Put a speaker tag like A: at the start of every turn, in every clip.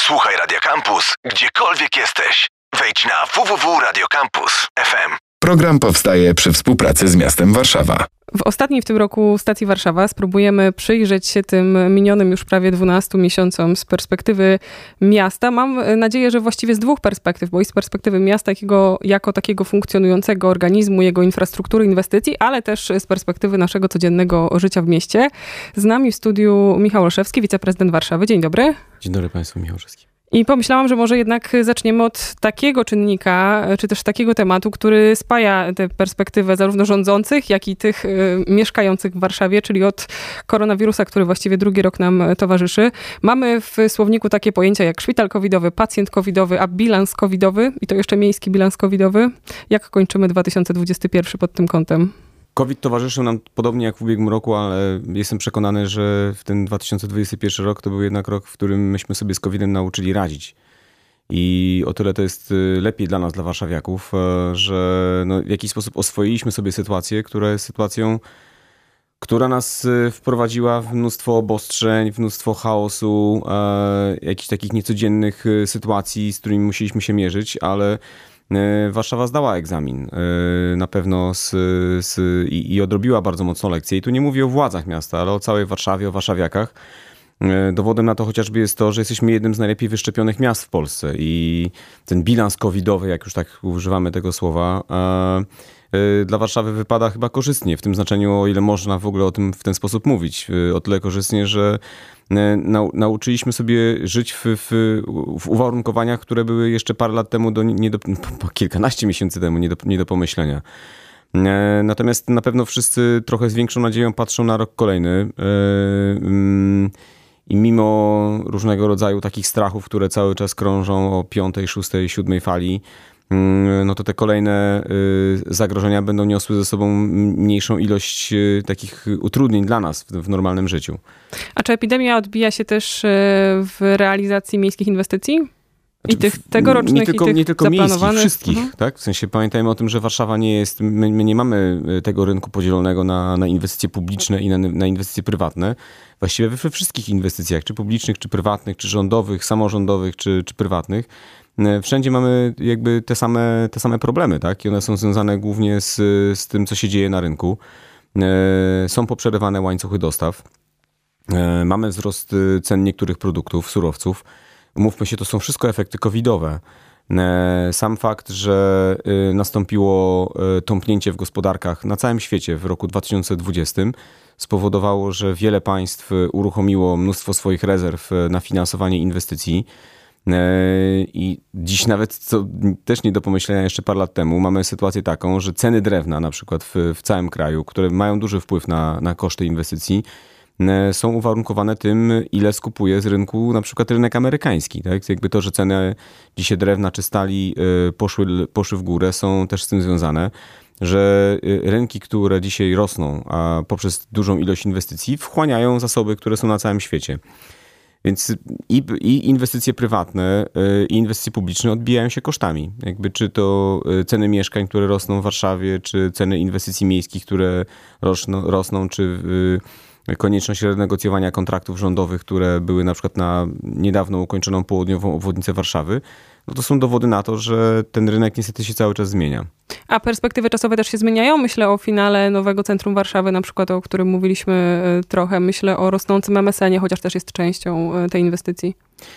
A: Słuchaj Radio Campus, gdziekolwiek jesteś. Wejdź na www.radiocampus.fm.
B: Program powstaje przy współpracy z miastem Warszawa.
C: W ostatniej w tym roku stacji Warszawa spróbujemy przyjrzeć się tym minionym już prawie 12 miesiącom z perspektywy miasta. Mam nadzieję, że właściwie z dwóch perspektyw, bo i z perspektywy miasta jako takiego funkcjonującego organizmu, jego infrastruktury, inwestycji, ale też z perspektywy naszego codziennego życia w mieście. Z nami w studiu Michał Olszewski, wiceprezydent Warszawy. Dzień dobry.
D: Dzień dobry Państwu, Michał Olszewski.
C: I pomyślałam, że może jednak zaczniemy od takiego czynnika, czy też takiego tematu, który spaja tę perspektywę zarówno rządzących, jak i tych mieszkających w Warszawie, czyli od koronawirusa, który właściwie drugi rok nam towarzyszy. Mamy w słowniku takie pojęcia jak szpital covidowy, pacjent covidowy, a bilans covidowy i to jeszcze miejski bilans covidowy. Jak kończymy 2021 pod tym kątem?
D: COVID towarzyszył nam podobnie jak w ubiegłym roku, ale jestem przekonany, że w ten 2021 rok to był jednak rok, w którym myśmy sobie z COVID-em nauczyli radzić. I o tyle to jest lepiej dla nas, dla warszawiaków, że w jakiś sposób oswoiliśmy sobie sytuację, która jest sytuacją, która nas wprowadziła w mnóstwo obostrzeń, w mnóstwo chaosu, jakichś takich niecodziennych sytuacji, z którymi musieliśmy się mierzyć, ale Warszawa zdała egzamin na pewno i odrobiła bardzo mocno lekcję. I tu nie mówię o władzach miasta, ale o całej Warszawie, o warszawiakach. Dowodem na to chociażby jest to, że jesteśmy jednym z najlepiej wyszczepionych miast w Polsce i ten bilans covidowy, jak już tak używamy tego słowa, dla Warszawy wypada chyba korzystnie, w tym znaczeniu, o ile można w ogóle o tym w ten sposób mówić. O tyle korzystnie, że nauczyliśmy sobie żyć w uwarunkowaniach, które były jeszcze parę lat temu, kilkanaście miesięcy temu nie do pomyślenia. Natomiast na pewno wszyscy trochę z większą nadzieją patrzą na rok kolejny. I mimo różnego rodzaju takich strachów, które cały czas krążą o 5., 6., 7. fali, no to te kolejne zagrożenia będą niosły ze sobą mniejszą ilość takich utrudnień dla nas w normalnym życiu.
C: A czy epidemia odbija się też w realizacji miejskich inwestycji? I tych tegorocznych,
D: nie tylko miejskich, wszystkich,
C: Mhm.
D: tak? W sensie pamiętajmy o tym, że Warszawa nie jest, my nie mamy tego rynku podzielonego na inwestycje publiczne i na inwestycje prywatne. Właściwie we wszystkich inwestycjach, czy publicznych, czy prywatnych, czy rządowych, samorządowych, czy prywatnych, wszędzie mamy jakby te same problemy, tak? I one są związane głównie z tym, co się dzieje na rynku. Są poprzerywane łańcuchy dostaw. Mamy wzrost cen niektórych produktów, surowców. Umówmy się, to są wszystko efekty covidowe. Sam fakt, że nastąpiło tąpnięcie w gospodarkach na całym świecie w roku 2020 spowodowało, że wiele państw uruchomiło mnóstwo swoich rezerw na finansowanie inwestycji. I dziś nawet, co też nie do pomyślenia jeszcze parę lat temu, mamy sytuację taką, że ceny drewna na przykład w całym kraju, które mają duży wpływ na koszty inwestycji, są uwarunkowane tym, ile skupuje z rynku na przykład rynek amerykański. Tak? Jakby to, że ceny dzisiaj drewna czy stali poszły w górę, są też z tym związane, że rynki, które dzisiaj rosną, a poprzez dużą ilość inwestycji, wchłaniają zasoby, które są na całym świecie. Więc i inwestycje prywatne, i inwestycje publiczne odbijają się kosztami. Jakby czy to ceny mieszkań, które rosną w Warszawie, czy ceny inwestycji miejskich, które rosną, czy konieczność renegocjowania kontraktów rządowych, które były na przykład na niedawno ukończoną południową obwodnicę Warszawy, no to są dowody na to, że ten rynek niestety się cały czas zmienia.
C: A perspektywy czasowe też się zmieniają? Myślę o finale nowego centrum Warszawy, na przykład, o którym mówiliśmy trochę. Myślę o rosnącym MSN-ie, chociaż też jest częścią tej inwestycji.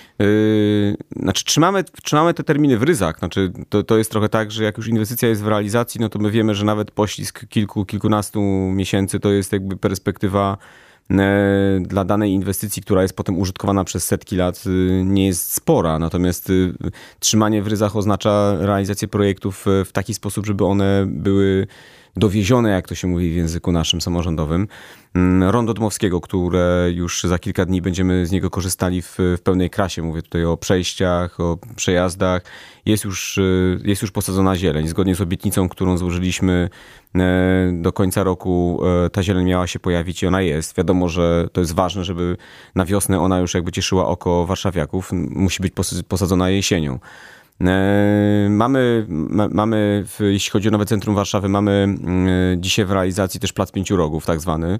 D: Znaczy trzymamy te terminy w ryzach. Znaczy to jest trochę tak, że jak już inwestycja jest w realizacji, no to my wiemy, że nawet poślizg kilkunastu miesięcy to jest jakby perspektywa dla danej inwestycji, która jest potem użytkowana przez setki lat, nie jest spora. Natomiast trzymanie w ryzach oznacza realizację projektów w taki sposób, żeby one były dowiezione, jak to się mówi w języku naszym samorządowym. Rondo Dmowskiego, które już za kilka dni będziemy z niego korzystali w pełnej krasie. Mówię tutaj o przejściach, o przejazdach. Jest już posadzona zieleń. Zgodnie z obietnicą, którą złożyliśmy do końca roku, ta zieleń miała się pojawić i ona jest. Wiadomo, że to jest ważne, żeby na wiosnę ona już jakby cieszyła oko warszawiaków. Musi być posadzona jesienią. Jeśli chodzi o nowe centrum Warszawy, mamy dzisiaj w realizacji też Plac Pięciu Rogów, tak zwany.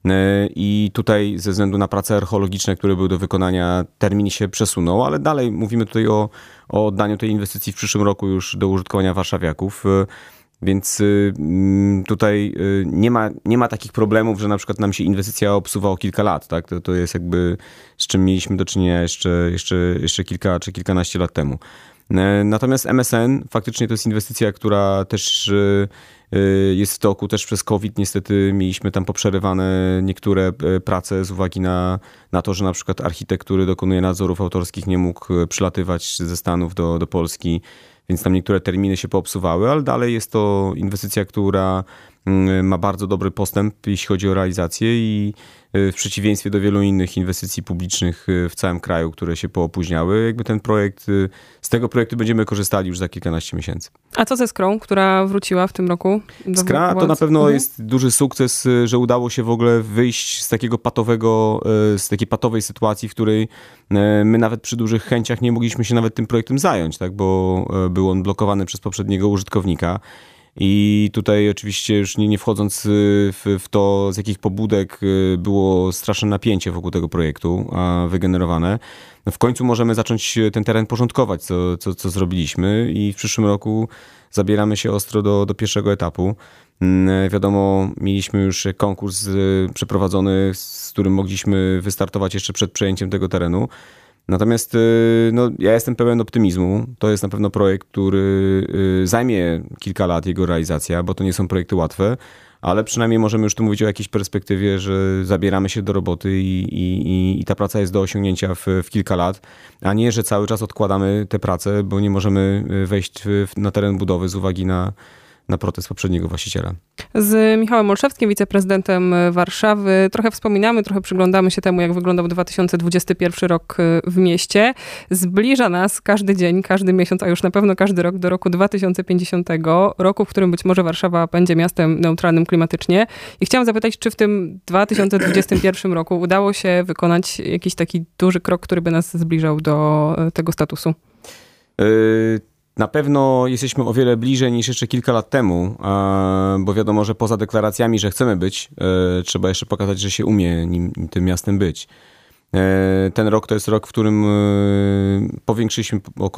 D: I tutaj ze względu na prace archeologiczne, które były do wykonania, termin się przesunął, ale dalej mówimy tutaj o oddaniu tej inwestycji w przyszłym roku już do użytkowania warszawiaków. Więc tutaj nie ma takich problemów, że na przykład nam się inwestycja obsuwa o kilka lat. Tak? To jest jakby z czym mieliśmy do czynienia jeszcze kilka czy kilkanaście lat temu. Natomiast MSN faktycznie to jest inwestycja, która też jest w toku. Też przez COVID niestety mieliśmy tam poprzerywane niektóre prace z uwagi na to, że na przykład architekt, który dokonuje nadzorów autorskich, nie mógł przylatywać ze Stanów do Polski, więc tam niektóre terminy się poobsuwały, ale dalej jest to inwestycja, która ma bardzo dobry postęp, jeśli chodzi o realizację i w przeciwieństwie do wielu innych inwestycji publicznych w całym kraju, które się poopóźniały, jakby z tego projektu będziemy korzystali już za kilkanaście miesięcy.
C: A co ze Skrą, która wróciła w tym roku?
D: Skra to na pewno jest duży sukces, że udało się w ogóle wyjść z takiej patowej sytuacji, w której my nawet przy dużych chęciach nie mogliśmy się nawet tym projektem zająć, tak? Bo był on blokowany przez poprzedniego użytkownika. I tutaj oczywiście już nie wchodząc w to, z jakich pobudek było straszne napięcie wokół tego projektu wygenerowane, w końcu możemy zacząć ten teren porządkować, co zrobiliśmy i w przyszłym roku zabieramy się ostro do pierwszego etapu. Wiadomo, mieliśmy już konkurs przeprowadzony, z którym mogliśmy wystartować jeszcze przed przejęciem tego terenu. Natomiast ja jestem pełen optymizmu. To jest na pewno projekt, który zajmie kilka lat, jego realizacja, bo to nie są projekty łatwe, ale przynajmniej możemy już tu mówić o jakiejś perspektywie, że zabieramy się do roboty i ta praca jest do osiągnięcia w kilka lat, a nie, że cały czas odkładamy te prace, bo nie możemy wejść na teren budowy z uwagi na protest poprzedniego właściciela.
C: Z Michałem Olszewskim, wiceprezydentem Warszawy, trochę wspominamy, trochę przyglądamy się temu, jak wyglądał 2021 rok w mieście. Zbliża nas każdy dzień, każdy miesiąc, a już na pewno każdy rok do roku 2050, roku, w którym być może Warszawa będzie miastem neutralnym klimatycznie. I chciałam zapytać, czy w tym 2021 roku udało się wykonać jakiś taki duży krok, który by nas zbliżał do tego statusu?
D: Na pewno jesteśmy o wiele bliżej niż jeszcze kilka lat temu, bo wiadomo, że poza deklaracjami, że chcemy być, trzeba jeszcze pokazać, że się umie tym miastem być. Ten rok to jest rok, w którym powiększyliśmy o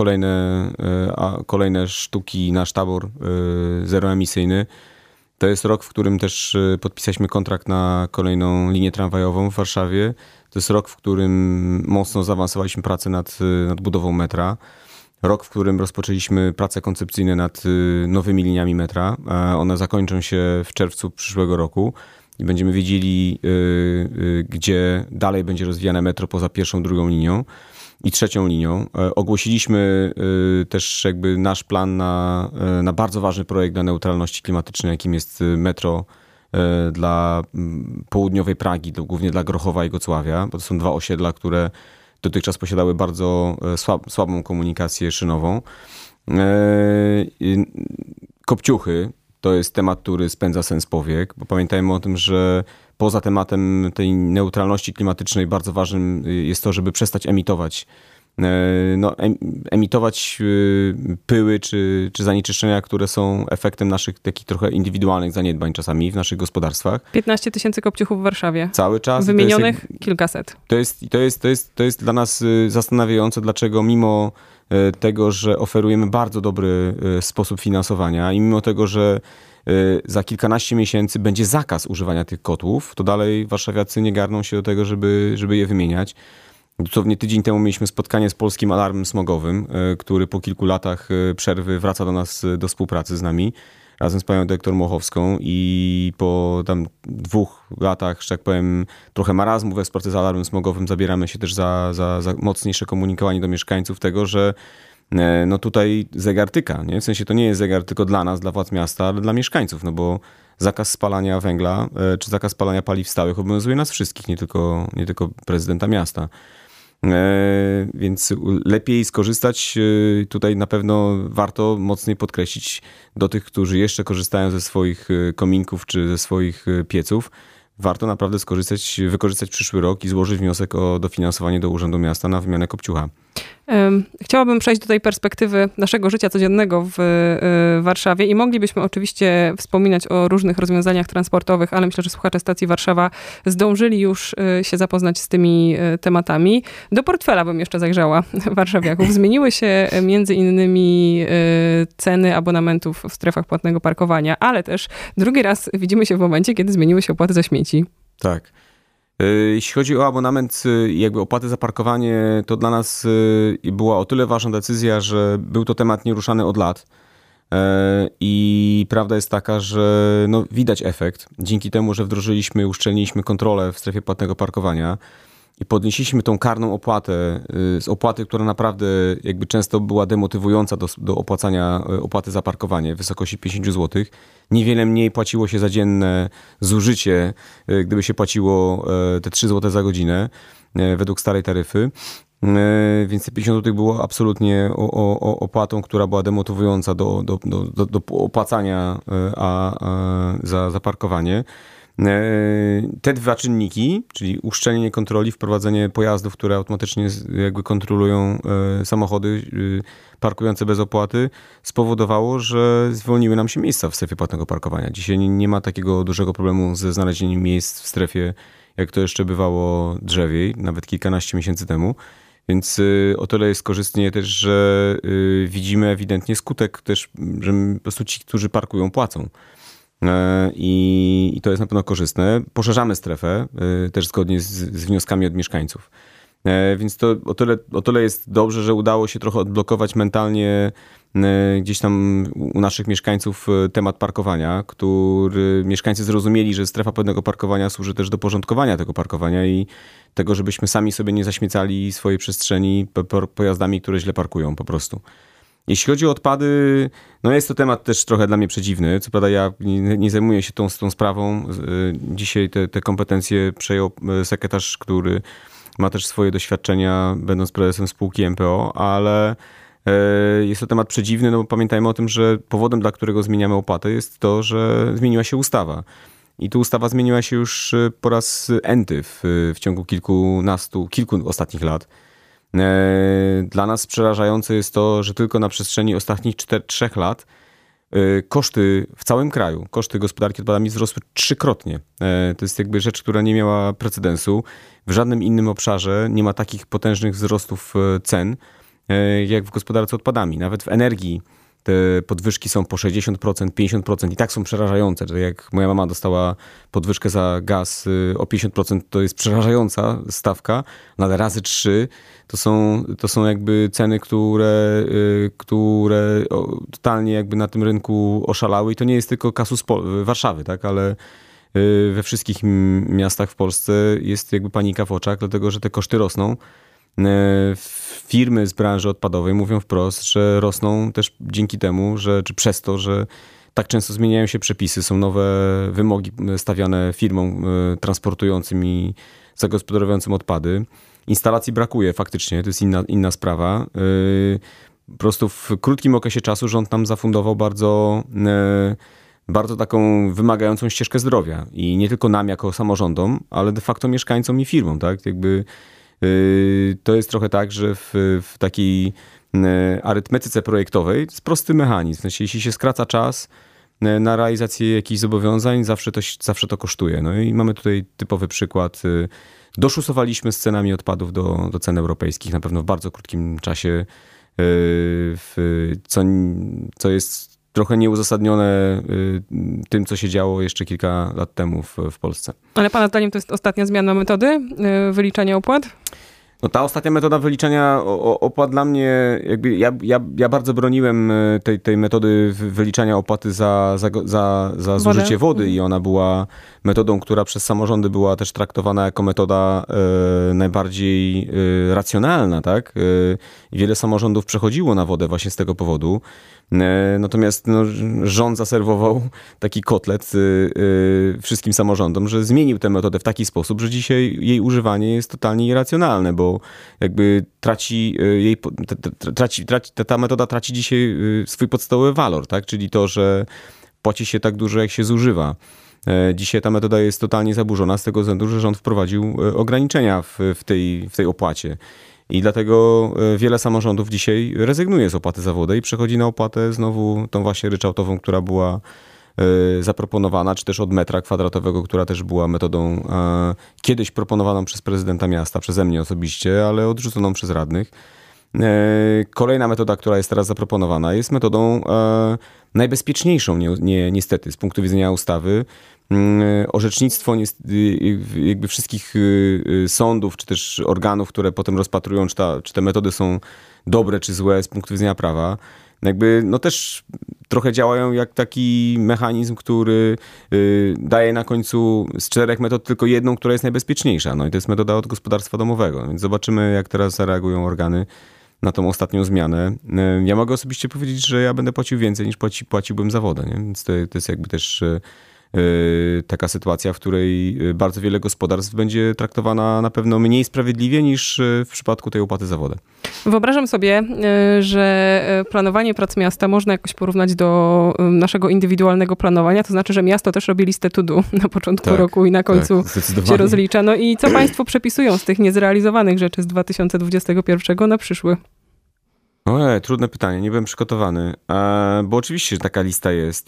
D: kolejne sztuki nasz tabor zeroemisyjny. To jest rok, w którym też podpisaliśmy kontrakt na kolejną linię tramwajową w Warszawie. To jest rok, w którym mocno zaawansowaliśmy pracę nad budową metra. Rok, w którym rozpoczęliśmy prace koncepcyjne nad nowymi liniami metra. One zakończą się w czerwcu przyszłego roku i będziemy wiedzieli, gdzie dalej będzie rozwijane metro poza pierwszą, drugą linią i trzecią linią. Ogłosiliśmy też jakby nasz plan na bardzo ważny projekt dla neutralności klimatycznej, jakim jest metro dla południowej Pragi, głównie dla Grochowa i Gocławia, bo to są dwa osiedla, które dotychczas posiadały bardzo słabą komunikację szynową. Kopciuchy to jest temat, który spędza sens powiek, bo pamiętajmy o tym, że poza tematem tej neutralności klimatycznej bardzo ważnym jest to, żeby przestać emitować pyły czy zanieczyszczenia, które są efektem naszych takich trochę indywidualnych zaniedbań czasami w naszych gospodarstwach.
C: 15 000 kopciuchów w Warszawie.
D: Cały czas.
C: Wymienionych kilkaset.
D: To jest dla nas zastanawiające, dlaczego mimo tego, że oferujemy bardzo dobry sposób finansowania i mimo tego, że za kilkanaście miesięcy będzie zakaz używania tych kotłów, to dalej warszawiacy nie garną się do tego, żeby je wymieniać. Dosłownie tydzień temu mieliśmy spotkanie z Polskim Alarmem Smogowym, który po kilku latach przerwy wraca do nas do współpracy z nami razem z panią dyrektor Mochowską i po tam 2 latach, że tak powiem, trochę marazmu we współpracy z Alarmem Smogowym zabieramy się też za mocniejsze komunikowanie do mieszkańców tego, że no tutaj zegar tyka, nie? W sensie to nie jest zegar tylko dla nas, dla władz miasta, ale dla mieszkańców, no bo zakaz spalania węgla czy zakaz spalania paliw stałych obowiązuje nas wszystkich, nie tylko prezydenta miasta. Więc lepiej skorzystać, tutaj na pewno warto mocniej podkreślić do tych, którzy jeszcze korzystają ze swoich kominków czy ze swoich pieców. Warto naprawdę wykorzystać przyszły rok i złożyć wniosek o dofinansowanie do Urzędu Miasta na wymianę kopciucha.
C: Chciałabym przejść do tej perspektywy naszego życia codziennego w Warszawie i moglibyśmy oczywiście wspominać o różnych rozwiązaniach transportowych, ale myślę, że słuchacze stacji Warszawa zdążyli już się zapoznać z tymi tematami. Do portfela bym jeszcze zajrzała warszawiaków. Zmieniły się między innymi ceny abonamentów w strefach płatnego parkowania, ale też drugi raz widzimy się w momencie, kiedy zmieniły się opłaty za śmieci.
D: Tak. Jeśli chodzi o abonament, jakby opłaty za parkowanie, to dla nas była o tyle ważna decyzja, że był to temat nieruszany od lat. I prawda jest taka, że no, widać efekt. Dzięki temu, że wdrożyliśmy, uszczelniliśmy kontrolę w strefie płatnego parkowania i podnieśliśmy tą karną opłatę z opłaty, która naprawdę jakby często była demotywująca do opłacania opłaty za parkowanie w wysokości 50 zł. Niewiele mniej płaciło się za dzienne zużycie, gdyby się płaciło te 3 zł za godzinę według starej taryfy. Więc te 50 zł było absolutnie opłatą, która była demotywująca do opłacania za parkowanie. Te dwa czynniki, czyli uszczelnienie kontroli, wprowadzenie pojazdów, które automatycznie jakby kontrolują samochody parkujące bez opłaty, spowodowało, że zwolniły nam się miejsca w strefie płatnego parkowania. Dzisiaj nie ma takiego dużego problemu ze znalezieniem miejsc w strefie, jak to jeszcze bywało drzewiej, nawet kilkanaście miesięcy temu. Więc o tyle jest korzystnie też, że widzimy ewidentnie skutek też, że po prostu ci, którzy parkują, płacą. I to jest na pewno korzystne. Poszerzamy strefę, też zgodnie z wnioskami od mieszkańców. Więc to o tyle jest dobrze, że udało się trochę odblokować mentalnie gdzieś tam u naszych mieszkańców temat parkowania, który mieszkańcy zrozumieli, że strefa płatnego parkowania służy też do porządkowania tego parkowania i tego, żebyśmy sami sobie nie zaśmiecali swojej przestrzeni pojazdami, które źle parkują po prostu. Jeśli chodzi o odpady, no jest to temat też trochę dla mnie przedziwny. Co prawda ja nie zajmuję się tą sprawą. Dzisiaj te kompetencje przejął sekretarz, który ma też swoje doświadczenia, będąc prezesem spółki MPO, ale jest to temat przedziwny, no bo pamiętajmy o tym, że powodem, dla którego zmieniamy opłatę, jest to, że zmieniła się ustawa. I tu ustawa zmieniła się już po raz enty w ciągu kilku ostatnich lat. Dla nas przerażające jest to, że tylko na przestrzeni ostatnich 3 lat koszty w całym kraju, koszty gospodarki odpadami wzrosły 3-krotnie. To jest jakby rzecz, która nie miała precedensu. W żadnym innym obszarze nie ma takich potężnych wzrostów cen, jak w gospodarce odpadami. Nawet w energii te podwyżki są po 60%, 50% i tak są przerażające. Czyli jak moja mama dostała podwyżkę za gaz o 50%, to jest przerażająca stawka, no ale razy 3 to są jakby ceny, które totalnie jakby na tym rynku oszalały i to nie jest tylko kasus Warszawy, tak, ale we wszystkich miastach w Polsce jest jakby panika w oczach, dlatego że te koszty rosną. Firmy z branży odpadowej mówią wprost, że rosną też dzięki temu, czy przez to, że tak często zmieniają się przepisy, są nowe wymogi stawiane firmom transportującym i zagospodarowującym odpady. Instalacji brakuje faktycznie, to jest inna sprawa. Po prostu w krótkim okresie czasu rząd nam zafundował bardzo taką wymagającą ścieżkę zdrowia. I nie tylko nam jako samorządom, ale de facto mieszkańcom i firmom, tak? Jakby to jest trochę tak, że w takiej arytmetyce projektowej to jest prosty mechanizm. W sensie, jeśli się skraca czas na realizację jakichś zobowiązań, zawsze to kosztuje. No i mamy tutaj typowy przykład. Doszusowaliśmy z cenami odpadów do cen europejskich na pewno w bardzo krótkim czasie, co jest trochę nieuzasadnione tym, co się działo jeszcze kilka lat temu w Polsce.
C: Ale pana zdaniem to jest ostatnia zmiana metody wyliczania opłat?
D: No ta ostatnia metoda wyliczania opłat dla mnie, jakby ja bardzo broniłem tej metody wyliczania opłaty za zużycie wody i ona była metodą, która przez samorządy była też traktowana jako metoda najbardziej racjonalna, tak? Wiele samorządów przechodziło na wodę właśnie z tego powodu. Natomiast rząd zaserwował taki kotlet wszystkim samorządom, że zmienił tę metodę w taki sposób, że dzisiaj jej używanie jest totalnie irracjonalne, bo jakby ta metoda traci dzisiaj swój podstawowy walor, tak? Czyli to, że płaci się tak dużo, jak się zużywa. Dzisiaj ta metoda jest totalnie zaburzona z tego względu, że rząd wprowadził ograniczenia w tej opłacie. I dlatego wiele samorządów dzisiaj rezygnuje z opłaty za wodę i przechodzi na opłatę znowu tą właśnie ryczałtową, która była zaproponowana, czy też od metra kwadratowego, która też była metodą kiedyś proponowaną przez prezydenta miasta, przeze mnie osobiście, ale odrzuconą przez radnych. Kolejna metoda, która jest teraz zaproponowana, jest metodą najbezpieczniejszą niestety z punktu widzenia ustawy. Orzecznictwo jakby wszystkich sądów, czy też organów, które potem rozpatrują, czy te metody są dobre, czy złe z punktu widzenia prawa, jakby no też trochę działają jak taki mechanizm, który daje na końcu z 4 metod tylko jedną, która jest najbezpieczniejsza. No i to jest metoda od gospodarstwa domowego. Więc zobaczymy, jak teraz zareagują organy na tą ostatnią zmianę. Ja mogę osobiście powiedzieć, że ja będę płacił więcej niż płaciłbym za wodę. Nie? Więc to jest jakby też taka sytuacja, w której bardzo wiele gospodarstw będzie traktowana na pewno mniej sprawiedliwie niż w przypadku tej opłaty za wodę.
C: Wyobrażam sobie, że planowanie prac miasta można jakoś porównać do naszego indywidualnego planowania, to znaczy, że miasto też robi listę to-do na początku roku i na końcu się rozlicza. No i co państwo przepisują z tych niezrealizowanych rzeczy z 2021 na przyszły?
D: Ojej, trudne pytanie, nie byłem przygotowany, bo oczywiście, że taka lista jest.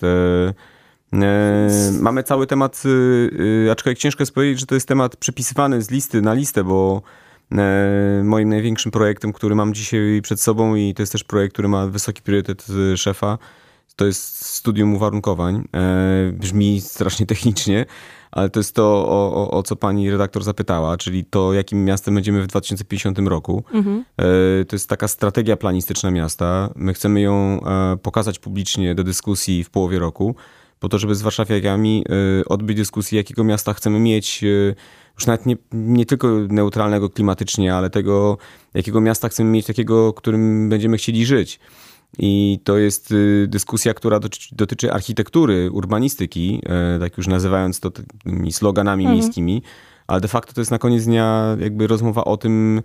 D: Mamy cały temat, aczkolwiek ciężko jest powiedzieć, że to jest temat przepisywany z listy na listę, bo moim największym projektem, który mam dzisiaj przed sobą i to jest też projekt, który ma wysoki priorytet szefa, to jest studium uwarunkowań. Brzmi strasznie technicznie, ale to jest to, o co pani redaktor zapytała, czyli to, jakim miastem będziemy w 2050 roku. To jest taka strategia planistyczna miasta. My chcemy ją pokazać publicznie do dyskusji w połowie roku, po to, żeby z warszawiakami odbyć dyskusję, jakiego miasta chcemy mieć, już nawet nie tylko neutralnego klimatycznie, ale tego, jakiego miasta chcemy mieć, takiego, którym będziemy chcieli żyć. I to jest dyskusja, która dotyczy architektury, urbanistyki, tak już nazywając to tymi sloganami miejskimi, ale de facto to jest na koniec dnia jakby rozmowa o tym,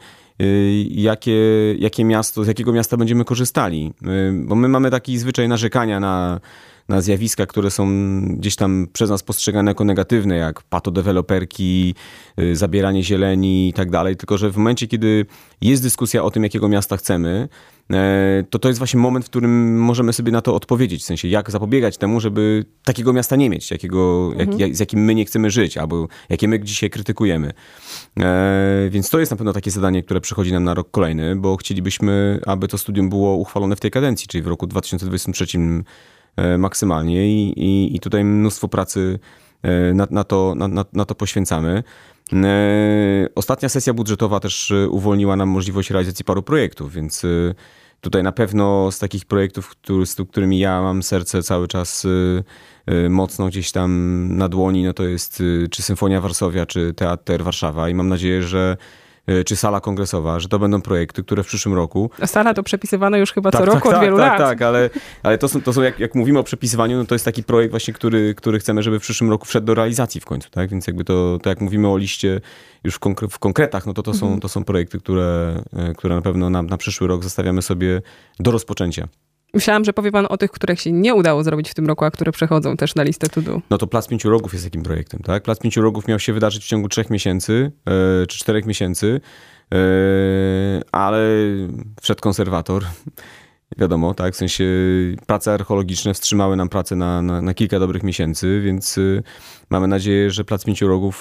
D: jakie miasto, z jakiego miasta będziemy korzystali. Bo my mamy taki zwyczaj narzekania na zjawiska, które są gdzieś tam przez nas postrzegane jako negatywne, jak patodeweloperki, zabieranie zieleni i tak dalej. Tylko że w momencie, kiedy jest dyskusja o tym, jakiego miasta chcemy, to jest właśnie moment, w którym możemy sobie na to odpowiedzieć. W sensie, jak zapobiegać temu, żeby takiego miasta nie mieć, z jakim my nie chcemy żyć, albo jakie my dzisiaj krytykujemy. Więc to jest na pewno takie zadanie, które przychodzi nam na rok kolejny, bo chcielibyśmy, aby to studium było uchwalone w tej kadencji, czyli w roku 2023 maksymalnie i tutaj mnóstwo pracy na to poświęcamy. Ostatnia sesja budżetowa też uwolniła nam możliwość realizacji paru projektów, więc tutaj na pewno z takich projektów, z którymi ja mam serce cały czas mocno gdzieś tam na dłoni, no to jest czy Symfonia Warszawia, czy Teatr Warszawa i mam nadzieję, że czy sala kongresowa, że to będą projekty, które w przyszłym roku...
C: A sala to przepisywana już chyba co roku od wielu lat.
D: Tak, ale to są jak mówimy o przepisywaniu, no to jest taki projekt właśnie, który chcemy, żeby w przyszłym roku wszedł do realizacji w końcu, tak? Więc jakby to jak mówimy o liście już w konkretach, no to są projekty, które na pewno na przyszły rok zostawiamy sobie do rozpoczęcia.
C: Myślałam, że powie pan o tych, których się nie udało zrobić w tym roku, a które przechodzą też na listę to-do.
D: No to Plac Pięciu Rogów jest takim projektem, tak? Plac Pięciu Rogów miał się wydarzyć w ciągu 3 miesięcy, czy 4 miesięcy, ale wszedł konserwator. Wiadomo, tak? W sensie prace archeologiczne wstrzymały nam pracę na kilka dobrych miesięcy, więc mamy nadzieję, że Plac Pięciu Rogów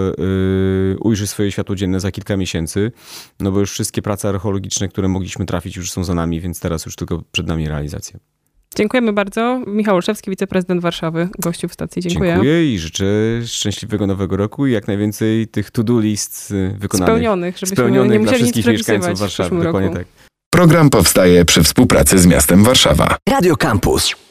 D: ujrzy swoje światło dzienne za kilka miesięcy, no bo już wszystkie prace archeologiczne, które mogliśmy trafić, już są za nami, więc teraz już tylko przed nami realizacja.
C: Dziękujemy bardzo. Michał Olszewski, wiceprezydent Warszawy, gościu w stacji. Dziękuję.
D: Dziękuję i życzę szczęśliwego nowego roku i jak najwięcej tych to-do list wykonanych.
C: Spełnionych, żebyśmy nie musieli
D: dla wszystkich mieszkańców
C: Warszawy.
D: Dokładnie tak.
B: Program powstaje przy współpracy z miastem Warszawa.
A: Radio Campus.